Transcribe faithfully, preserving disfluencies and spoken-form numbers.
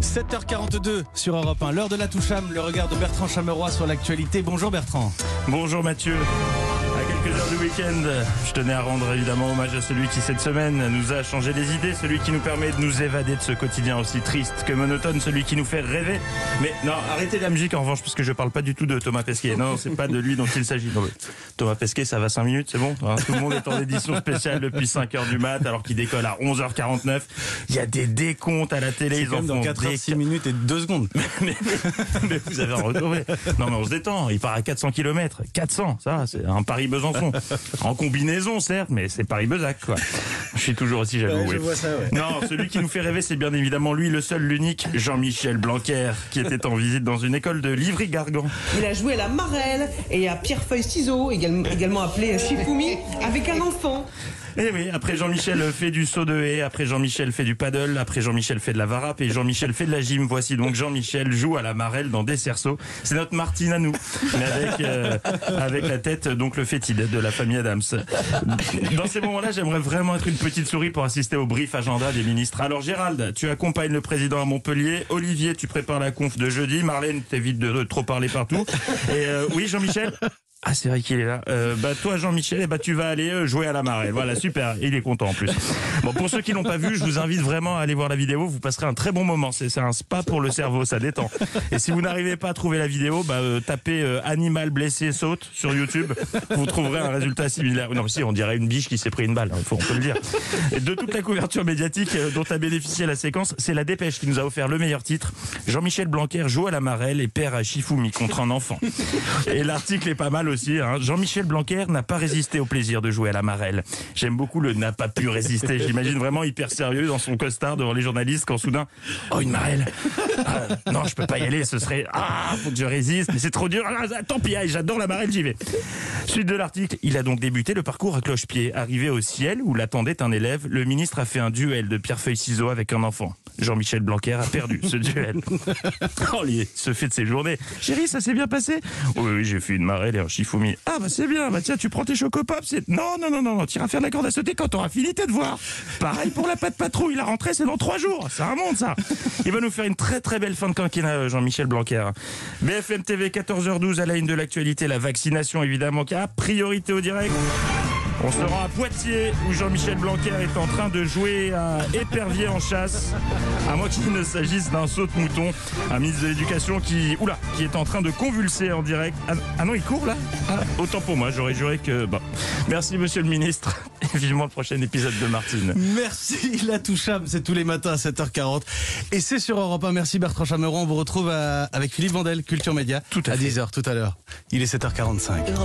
sept heures quarante-deux sur Europe un, l'heure de la Toucham, le regard de Bertrand Chameroy sur l'actualité. Bonjour Bertrand. Bonjour Mathieu. À quelques heures du week-end, je tenais à rendre évidemment hommage à celui qui cette semaine nous a changé les idées, celui qui nous permet de nous évader de ce quotidien aussi triste que monotone, celui qui nous fait rêver. Mais non, arrêtez la musique en revanche, parce que je parle pas du tout de Thomas Pesquet. Non, c'est pas de lui dont il s'agit. Non, Thomas Pesquet, ça va cinq minutes, c'est bon hein. Tout le monde est en édition spéciale depuis cinq heures du mat, alors qu'il décolle à onze heures quarante-neuf. Il y a des décomptes à la télé, c'est ils en font dans quatre heures six minutes et deux secondes. mais, mais, mais vous avez retrouvé. Non mais on se détend, il part à quatre cents kilomètres. quatre cents, ça, c'est un Paris-Besançon. En combinaison, certes, mais c'est Paris-Bezac, quoi. Je suis toujours aussi jaloux. Ouais, je oui. vois ça, ouais. Non, celui qui nous fait rêver, c'est bien évidemment lui, le seul, l'unique, Jean-Michel Blanquer, qui était en visite dans une école de Livry-Gargan. Il a joué à la marelle et à pierre-feuille-ciseaux, également appelé Shifumi, avec un enfant. Eh oui, après Jean-Michel fait du saut de haie, après Jean-Michel fait du paddle, après Jean-Michel fait de la varap et Jean-Michel fait de la gym. Voici donc Jean-Michel joue à la marelle dans des cerceaux. C'est notre Martine à nous, mais avec euh, avec la tête donc le fétide de la famille Adams. Dans ces moments-là, j'aimerais vraiment être une petite souris pour assister au brief agenda des ministres. Alors Gérald, tu accompagnes le président à Montpellier. Olivier, tu prépares la conf de jeudi. Marlène, t'évites de trop parler partout. Et euh, oui, Jean-Michel. Ah, c'est vrai qu'il est là. Euh, bah toi Jean-Michel, eh bah tu vas aller euh, jouer à la marelle. Voilà, super. Il est content en plus. Bon, pour ceux qui l'ont pas vu, je vous invite vraiment à aller voir la vidéo. Vous passerez un très bon moment. C'est c'est un spa pour le cerveau, ça détend. Et si vous n'arrivez pas à trouver la vidéo, bah euh, tapez euh, animal blessé saute sur YouTube. Vous trouverez un résultat similaire. Non, mais si, on dirait une biche qui s'est pris une balle. Hein, faut, on peut le dire. Et de toute la couverture médiatique euh, dont a bénéficié la séquence, c'est la Dépêche qui nous a offert le meilleur titre. Jean-Michel Blanquer joue à la marelle et perd à Shifumi contre un enfant. Et l'article est pas mal aussi. Hein. Jean-Michel Blanquer n'a pas résisté au plaisir de jouer à la marelle. J'aime beaucoup le n'a pas pu résister. J'imagine vraiment hyper sérieux dans son costard devant les journalistes quand soudain, oh une marelle. Ah, non, je peux pas y aller. Ce serait ah faut que je résiste, mais c'est trop dur. Ah, tant pis, j'adore la marelle, j'y vais. Suite de l'article, il a donc débuté le parcours à cloche-pied. Arrivé au ciel où l'attendait un élève, le ministre a fait un duel de pierre-feuille-ciseaux avec un enfant. Jean-Michel Blanquer a perdu ce duel. Oh, il se fait de ses journées. Chérie, ça s'est bien passé? Oui, oui, j'ai fait une marelle et un Shifumi. Ah bah c'est bien, bah tiens, tu prends tes chocopops. C'est... Non, non, non, non, non, tu iras faire de la corde à sauter quand t'auras fini tes devoirs. Pareil pour la patte patrouille, la rentrée c'est dans trois jours. Ça remonte ça. Il va nous faire une très très belle fin de quinquennat, Jean-Michel Blanquer. B F M T V, quatorze heures douze, à la une de l'actualité, la vaccination évidemment qui a priorité au direct. On se rend à Poitiers où Jean-Michel Blanquer est en train de jouer à épervier en chasse, à moins qu'il ne s'agisse d'un saute-mouton, un ministre de l'Éducation qui, oula, qui est en train de convulser en direct. Ah, ah non, il court là ah, autant pour moi, j'aurais juré que... Bon. Merci monsieur le ministre, et vivement le prochain épisode de Martine. Merci, la Toucham, c'est tous les matins à sept heures quarante. Et c'est sur Europe un. Merci Bertrand Chameroy, on vous retrouve à, avec Philippe Vandel, Culture Média, Tout à, à fait. dix heures tout à l'heure. Il est sept heures quarante-cinq.